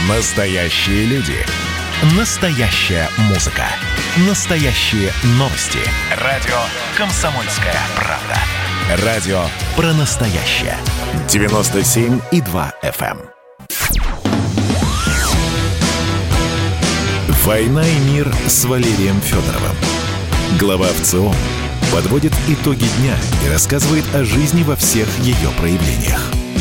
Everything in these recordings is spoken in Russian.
Настоящие люди. Настоящая музыка. Настоящие новости. Радио «Комсомольская правда». Радио про настоящее. 97,2 FM. «Война и мир» с Валерием Федоровым. Глава ВЦИОМ подводит итоги дня и рассказывает о жизни во всех ее проявлениях.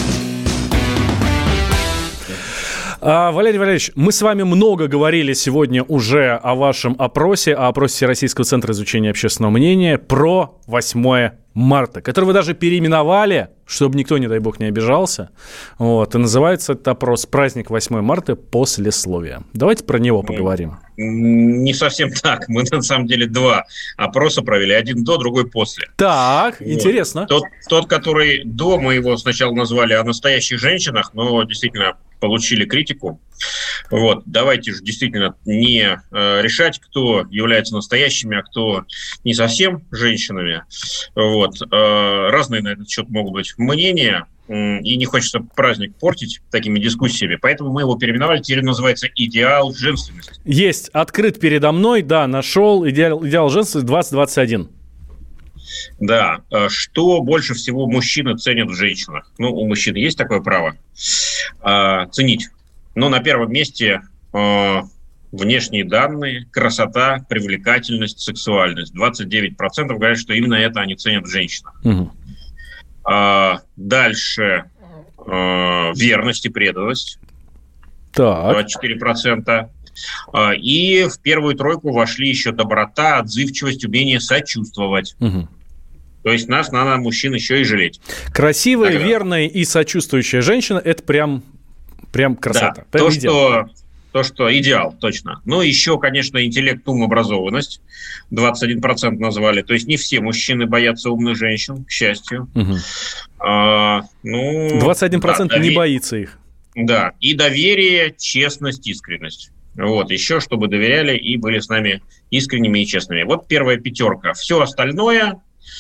Валерий Валерьевич, мы с вами много говорили сегодня уже о вашем опросе, о опросе Всероссийского центра изучения общественного мнения про 8 марта, который вы даже переименовали, чтобы никто, не дай бог, не обижался. Вот. И называется этот опрос «Праздник 8 марта. Послесловие». Давайте про него поговорим. Не совсем так. Мы, на самом деле, 2 опроса провели. Один до, другой после. Так, вот. Интересно. Тот, который до, мы его сначала назвали «О настоящих женщинах», но действительно получили критику. Вот. Давайте же действительно не решать, кто является настоящими, а кто не совсем женщинами. Вот. Разные на этот счет могут быть мнения, и не хочется праздник портить такими дискуссиями, поэтому мы его переименовали, теперь называется «Идеал женственности». Есть, открыт передо мной, да, нашел «Идеал женственности 2021». Да, что больше всего мужчины ценят в женщинах? Ну, у мужчин есть такое право ценить. Но на первом месте внешние данные, красота, привлекательность, сексуальность. 29% говорят, что именно это они ценят в женщинах. Угу. Дальше верность и преданность. Так. 24%. И в первую тройку вошли еще доброта, отзывчивость, умение сочувствовать. Угу. То есть нас надо, мужчин, еще и жалеть. Красивая, тогда верная и сочувствующая женщина – это прям красота. Да, то, что идеал, точно. Ну, еще, конечно, интеллект, ум, образованность. 21% назвали. То есть не все мужчины боятся умных женщин, к счастью. Угу. 21% не боится их. Да, и доверие, честность, искренность. Вот, еще чтобы доверяли и были с нами искренними и честными. Вот первая 5. Все остальное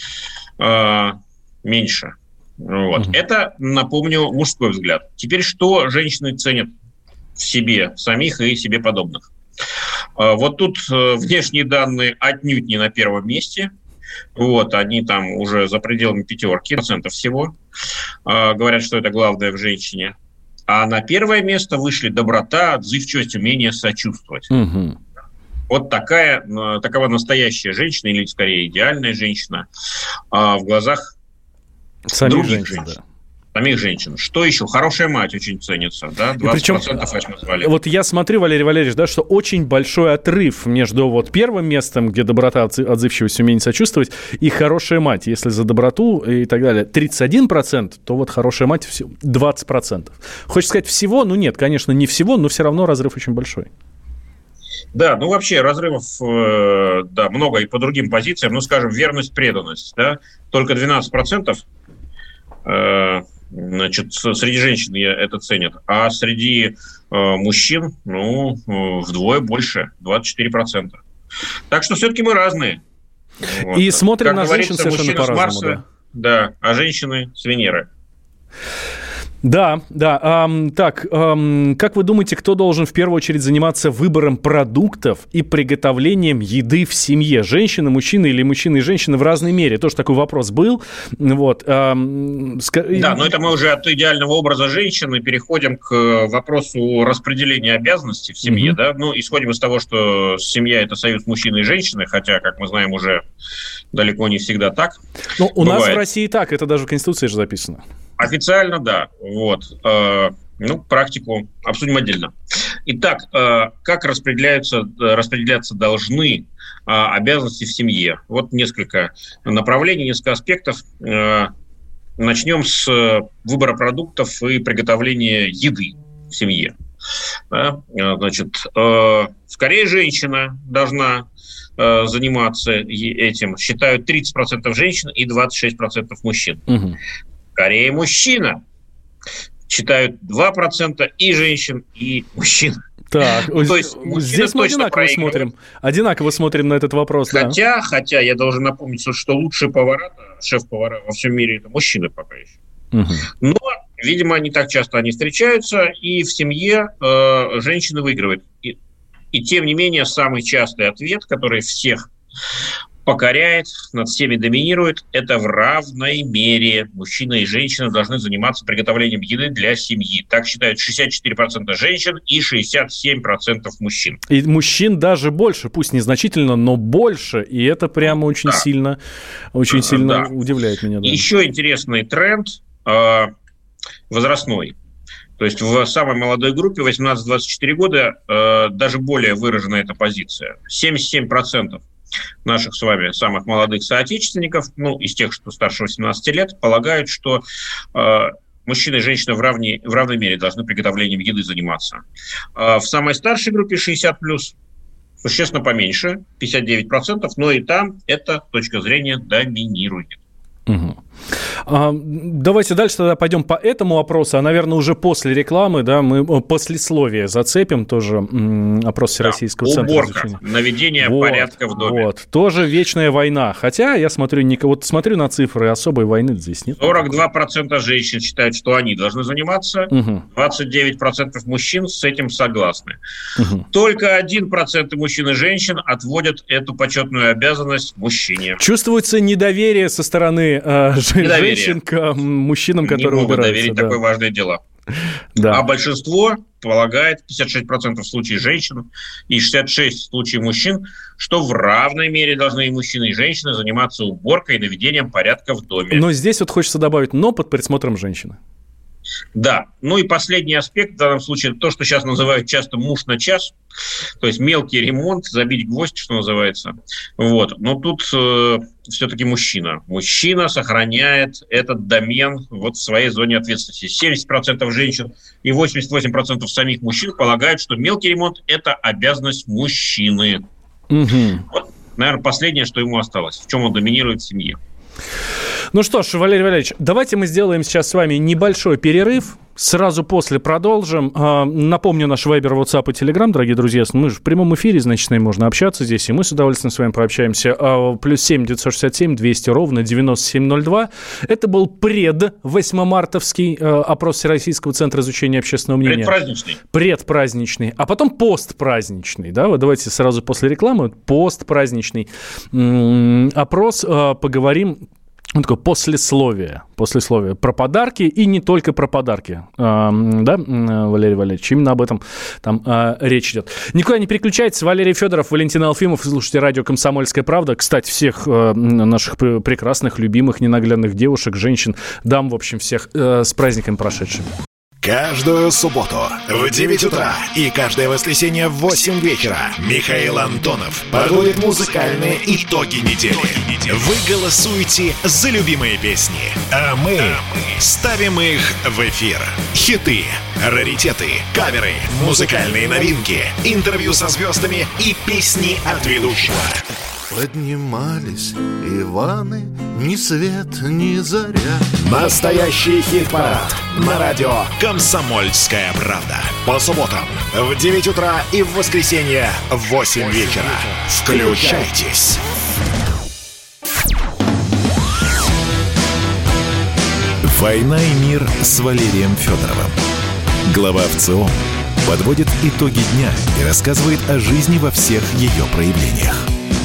меньше. Вот. Это, напомню, мужской взгляд. Теперь, что женщины ценят в себе самих и себе подобных? Вот тут внешние данные отнюдь не на первом месте. Вот, они там уже за пределами 5% всего. Говорят, что это главное в женщине. А на первое место вышли доброта, отзывчивость, умение сочувствовать. Угу. Вот такова настоящая женщина, или скорее идеальная женщина, в глазах самих женщин. Да. Самих женщин. Что еще? Хорошая мать очень ценится. Да? 20% причем, назвали. Вот я смотрю, Валерий Валерьевич, да, что очень большой отрыв между вот первым местом, где доброта, отзывчивость, умение сочувствовать, и хорошая мать. Если за доброту и так далее 31%, то вот хорошая мать 20%. Хочешь сказать всего? Ну нет, конечно, не всего, но все равно разрыв очень большой. Да, ну вообще разрывов много и по другим позициям. Ну, скажем, верность, преданность. Да? Только 12% среди женщин это ценят, а среди мужчин, вдвое больше, 24%. Так что все-таки мы разные. Вот. И смотрим как на женщин совершенно по-разному. Марса, да, а женщины с Венеры. Да. Так, как вы думаете, кто должен в первую очередь заниматься выбором продуктов и приготовлением еды в семье? Женщины, мужчины или мужчины и женщины в разной мере? Тоже такой вопрос был. Вот. Да, но это мы уже от идеального образа женщины переходим к вопросу распределения обязанностей в семье. Угу. Да? Ну, исходим из того, что семья – это союз мужчины и женщины, хотя, как мы знаем, уже далеко не всегда так. Ну, у нас в России так, это даже в Конституции же записано. Официально, да. Вот. Практику обсудим отдельно. Итак, как распределяться должны обязанности в семье? Вот несколько направлений, несколько аспектов. Начнем с выбора продуктов и приготовления еды в семье. Да? Значит, скорее женщина должна заниматься этим. Считают 30% женщин и 26% мужчин. Угу. Скорее мужчина. Считают 2% и женщин, и мужчин. Так, то есть здесь мы одинаково смотрим на этот вопрос. Хотя я должен напомнить, что лучшие повара, шеф-повара во всем мире – это мужчины пока еще. Угу. Но Видимо, не так часто они встречаются, и в семье женщина выигрывает. И тем не менее, самый частый ответ, который всех покоряет, над всеми доминирует, это в равной мере мужчина и женщина должны заниматься приготовлением еды для семьи. Так считают 64% женщин и 67% мужчин. И мужчин даже больше, пусть незначительно, но больше. И это прямо очень сильно удивляет меня. Да. Еще интересный тренд возрастной. То есть в самой молодой группе 18-24 года даже более выражена эта позиция. 77% наших с вами самых молодых соотечественников, из тех, что старше 18 лет, полагают, что мужчина и женщина в равной мере должны приготовлением еды заниматься. В самой старшей группе 60+, существенно поменьше, 59%, но и там эта точка зрения доминирует. Угу. Давайте дальше тогда пойдем по этому опросу, а, наверное, уже после рекламы, да, мы послесловие зацепим, тоже опрос Всероссийского центра изучения. Наведение порядка в доме. Тоже вечная война, хотя я смотрю на цифры, особой войны здесь нет. 42% женщин считают, что они должны заниматься, 29% мужчин с этим согласны. Только 1% мужчин и женщин отводят эту почетную обязанность мужчине. Чувствуется недоверие со стороны женщин к мужчинам, которые убираются. Не могут доверить такое важное дело. Да. А большинство полагает, 56% в случае женщин и 66% в случае мужчин, что в равной мере должны и мужчины, и женщины заниматься уборкой и наведением порядка в доме. Но здесь вот хочется добавить «но» под присмотром женщины. Да, и последний аспект в данном случае, то, что сейчас называют часто муж на час, то есть мелкий ремонт, забить гвоздь, что называется. Но тут все-таки мужчина. Мужчина сохраняет этот домен в своей зоне ответственности. 70% женщин и 88% самих мужчин полагают, что мелкий ремонт – это обязанность мужчины. Наверное, последнее, что ему осталось, в чем он доминирует в семье. Ну что ж, Валерий Валерьевич, давайте мы сделаем сейчас с вами небольшой перерыв. Сразу после продолжим. Напомню, наш Вайбер, WhatsApp и Telegram, дорогие друзья. Мы же в прямом эфире, значит, с нами можно общаться здесь. И мы с удовольствием с вами пообщаемся. +7 967 200 ровно 9702. Это был 8-мартовский опрос Всероссийского центра изучения общественного мнения. Предпраздничный. А потом постпраздничный. Да? Вот давайте сразу после рекламы. Постпраздничный опрос. Поговорим. Такое послесловие про подарки и не только про подарки. Да, Валерий Валерьевич, именно об этом там речь идет. Никуда не переключайтесь. Валерий Федоров, Валентин Алфимов. Слушайте радио «Комсомольская правда». Кстати, всех наших прекрасных, любимых, ненаглядных девушек, женщин, дам, в общем, всех с праздниками прошедшими. Каждую субботу в 9 утра и каждое воскресенье в 8 вечера Михаил Антонов подводит музыкальные итоги недели. Вы голосуете за любимые песни, а мы ставим их в эфир. Хиты, раритеты, каверы, музыкальные новинки, интервью со звездами и песни от ведущего. Поднимались Иваны, ни свет, ни заря. Настоящий хит-парад на радио «Комсомольская правда». По субботам в 9 утра и в воскресенье в 8 вечера. Включайтесь. «Война и мир» с Валерием Федоровым. Глава ВЦИОМ подводит итоги дня и рассказывает о жизни во всех ее проявлениях.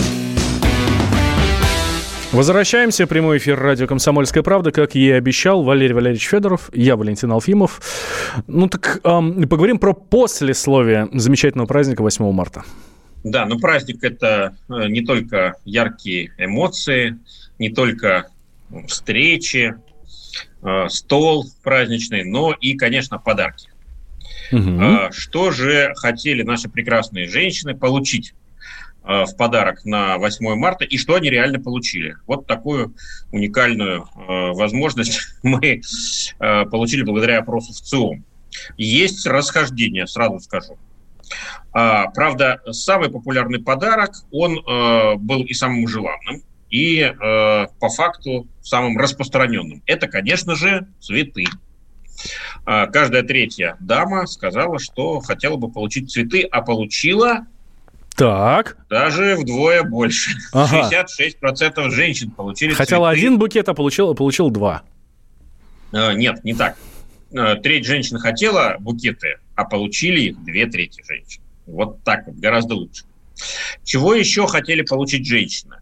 Возвращаемся. Прямой эфир радио «Комсомольская правда». Как я и обещал, Валерий Валерьевич Федоров, я Валентин Алфимов. Поговорим про послесловие замечательного праздника 8 марта. Да, праздник – это не только яркие эмоции, не только встречи, стол праздничный, но и, конечно, подарки. Что же хотели наши прекрасные женщины получить в подарок на 8 марта, и что они реально получили. Вот такую уникальную возможность мы получили благодаря опросу ВЦИОМ. Есть расхождения, сразу скажу. Правда, самый популярный подарок, он был и самым желанным, и по факту самым распространенным. Это, конечно же, цветы. Каждая третья дама сказала, что хотела бы получить цветы, а получила... Так. Даже вдвое больше. 66% женщин получили Хотела цветы. один букет, а получил 2. Нет, не так. треть женщин хотела букеты, а получили их 2/3 женщин. Вот так вот, гораздо лучше. Чего еще хотели получить женщины?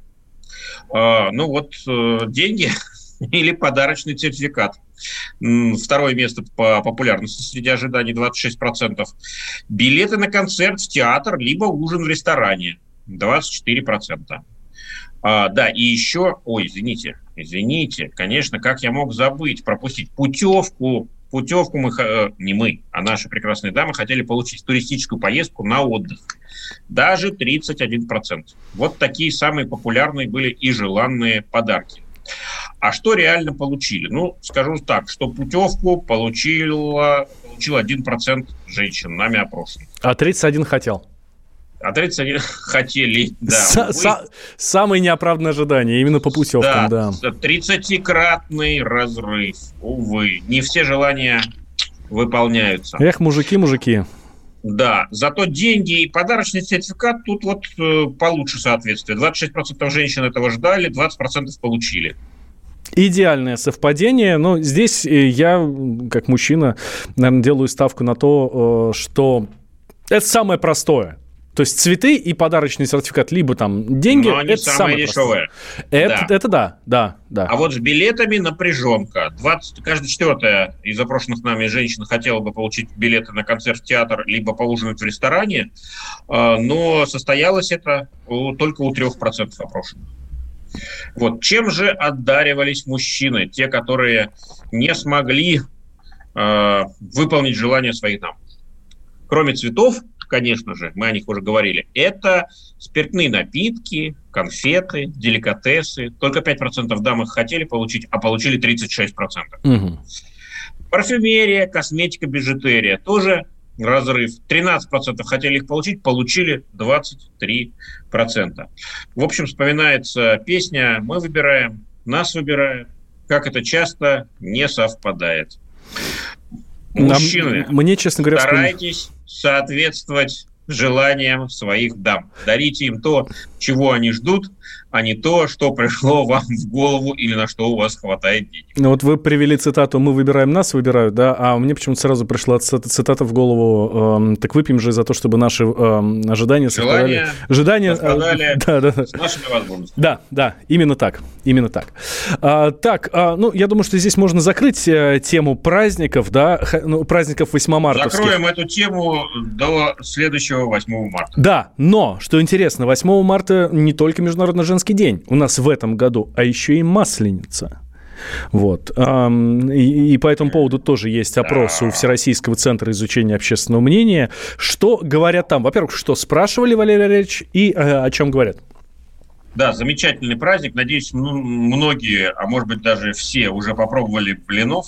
Деньги или подарочный сертификат. Второе место по популярности среди ожиданий 26%. Билеты на концерт в театр, либо ужин в ресторане 24%. И еще, извините, конечно, как я мог забыть, пропустить путевку не мы, а наши прекрасные дамы хотели получить туристическую поездку на отдых. Даже 31%. Вот такие самые популярные были и желанные подарки. А что реально получили? Скажу так, что путевку получил 1% женщин, нами опрошенных. А 31 хотел. А 31 хотели, да. Самые неоправданные ожидания, именно по путевкам, да. 30-кратный разрыв. Увы, не все желания выполняются. Эх, мужики. Да, зато деньги и подарочный сертификат тут получше соответствие. 26% женщин этого ждали, 20% получили. Идеальное совпадение, но здесь я, как мужчина, наверное, делаю ставку на то, что это самое простое. То есть цветы и подарочный сертификат, либо там деньги, но они это самое дешевое. Это да. А вот с билетами напряженка. Каждая четвертая из опрошенных нами женщин хотела бы получить билеты на концерт в театр, либо поужинать в ресторане, но состоялось это только у 3% опрошенных. Вот. Чем же одаривались мужчины, те, которые не смогли выполнить желания своих дам? Кроме цветов, конечно же, мы о них уже говорили, это спиртные напитки, конфеты, деликатесы. Только 5% дам их хотели получить, а получили 36%. Угу. Парфюмерия, косметика, бижутерия. Тоже разрыв. 13% хотели их получить, получили 23%. В общем, вспоминается песня «Мы выбираем, нас выбирают». Как это часто не совпадает. Мужчины, мне, честно говоря, старайтесь соответствовать желаниям своих дам. Дарите им то, чего они ждут, а не то, что пришло вам в голову или на что у вас хватает денег. Вот вы привели цитату «Мы выбираем, нас выбирают», да, а мне почему-то сразу пришла цитата в голову «Так выпьем же за то, чтобы наши ожидания совпадали». Желания совпадали с нашими возможностями. Да, именно так. Я думаю, что здесь можно закрыть тему праздников, да, праздников 8 марта. Закроем эту тему до следующего 8 марта. Да, но, что интересно, 8 марта не только Международный женский день у нас в этом году, а еще и Масленица. Вот. И по этому поводу тоже есть опрос у Всероссийского центра изучения общественного мнения. Что говорят там? Во-первых, что спрашивали, Валерий Валерьевич, и о чем говорят? Да, замечательный праздник. Надеюсь, многие, а может быть даже все уже попробовали блинов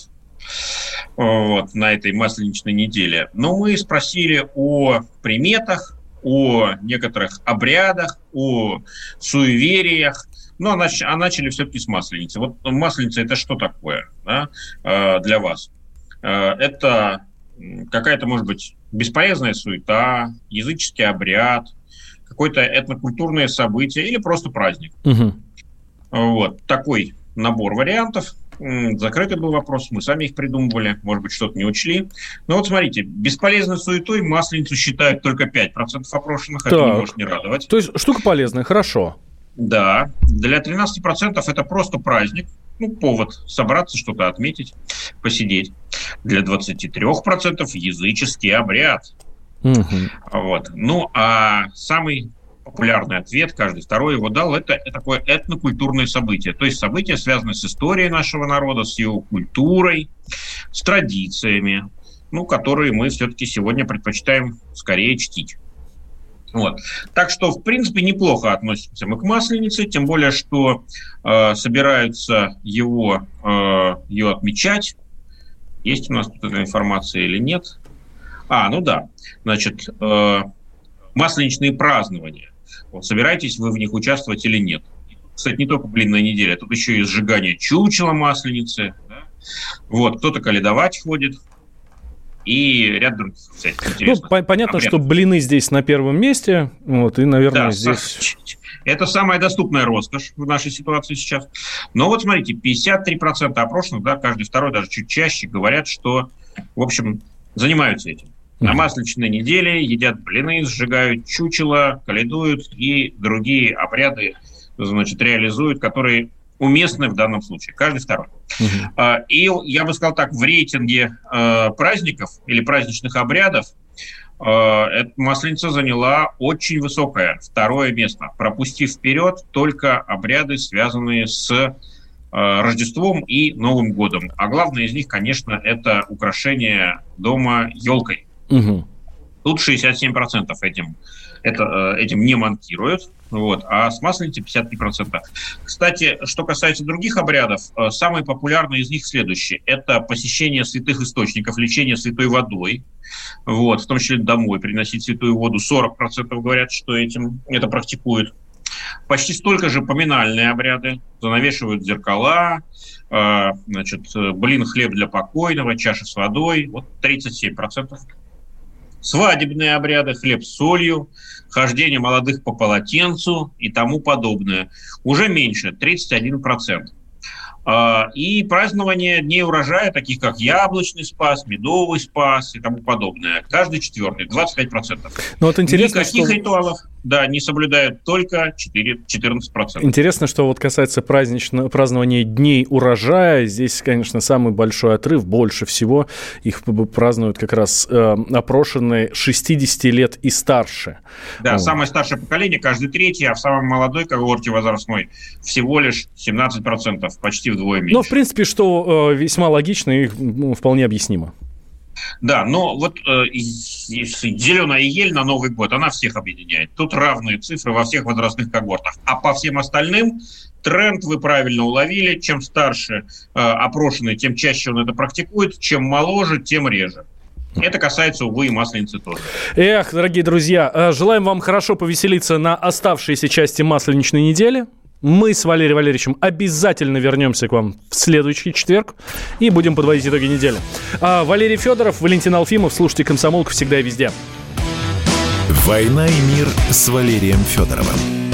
на этой масленичной неделе. Но мы спросили о приметах, о некоторых обрядах, о суевериях, а начали все-таки с масленицы. Вот масленица – это что такое, да, для вас? Это какая-то, может быть, бесполезная суета, языческий обряд, какое-то этнокультурное событие или просто праздник. Угу. Вот такой набор вариантов. Закрытый был вопрос, мы сами их придумывали, может быть, что-то не учли. Но вот смотрите, бесполезной суетой масленицу считают только 5% опрошенных, это не может не радовать. То есть штука полезная, хорошо. Да, для 13% это просто праздник, повод собраться, что-то отметить, посидеть. Для 23% языческий обряд. Угу. Вот. А самый популярный ответ, каждый второй его дал, это такое этнокультурное событие. То есть событие, связанное с историей нашего народа, с его культурой, с традициями, которые мы все-таки сегодня предпочитаем скорее чтить. Вот. Так что, в принципе, неплохо относимся мы к Масленице, тем более, что собираются ее отмечать. Есть у нас тут эта информация или нет? Значит, масленичные празднования. Вот, собираетесь вы в них участвовать или нет? Кстати, не только блинная неделя, тут еще и сжигание чучела масленицы. Да? Вот, кто-то каледовать ходит. И ряд других всяких интересных понятно, обрядов. Что блины здесь на первом месте. Вот, и, наверное, здесь... Это самая доступная роскошь в нашей ситуации сейчас. Но вот смотрите, 53% опрошенных, да, каждый второй, даже чуть чаще, говорят, что в общем, занимаются этим. На Масленичной неделе едят блины, сжигают чучело, каледуют и другие обряды, значит, реализуют, которые уместны в данном случае. Каждый второй. И я бы сказал так, в рейтинге праздников или праздничных обрядов эта Масленица заняла очень высокое второе место, пропустив вперед только обряды, связанные с Рождеством и Новым годом. А главное из них, конечно, это украшение дома елкой. Тут 67% этим не монтируют, вот, а с Масленицей 53%. Кстати, что касается других обрядов, самый популярный из них следующий. Это посещение святых источников, лечение святой водой, вот, в том числе домой приносить святую воду. 40% говорят, что это практикуют. Почти столько же поминальные обряды. Занавешивают зеркала, значит, блин, хлеб для покойного, чаша с водой. Вот 37%. Свадебные обряды, хлеб с солью, хождение молодых по полотенцу и тому подобное. Уже меньше, 31%. И празднование дней урожая, таких как яблочный спас, медовый спас и тому подобное. Каждый четвертый, 25%. Ну, вот интересно, никаких ритуалов, да, не соблюдают только 14%. Интересно, что вот касается празднования дней урожая, здесь, конечно, самый большой отрыв, больше всего их празднуют как раз опрошенные 60 лет и старше. Да, самое старшее поколение, каждый третий, а в самой молодой когорте возрастной всего лишь 17%, почти вдвое меньше. Ну, в принципе, что весьма логично и вполне объяснимо. Да, но вот зеленая ель на Новый год, она всех объединяет. Тут равные цифры во всех возрастных когортах. А по всем остальным тренд вы правильно уловили. Чем старше опрошенный, тем чаще он это практикует. Чем моложе, тем реже. Это касается, увы, и Масленицы тоже. Эх, дорогие друзья, желаем вам хорошо повеселиться на оставшейся части Масленичной недели. Мы с Валерием Валерьевичем обязательно вернемся к вам в следующий четверг и будем подводить итоги недели. Валерий Федоров, Валентин Алфимов. Слушайте «Комсомолку» всегда и везде. «Война и мир» с Валерием Федоровым.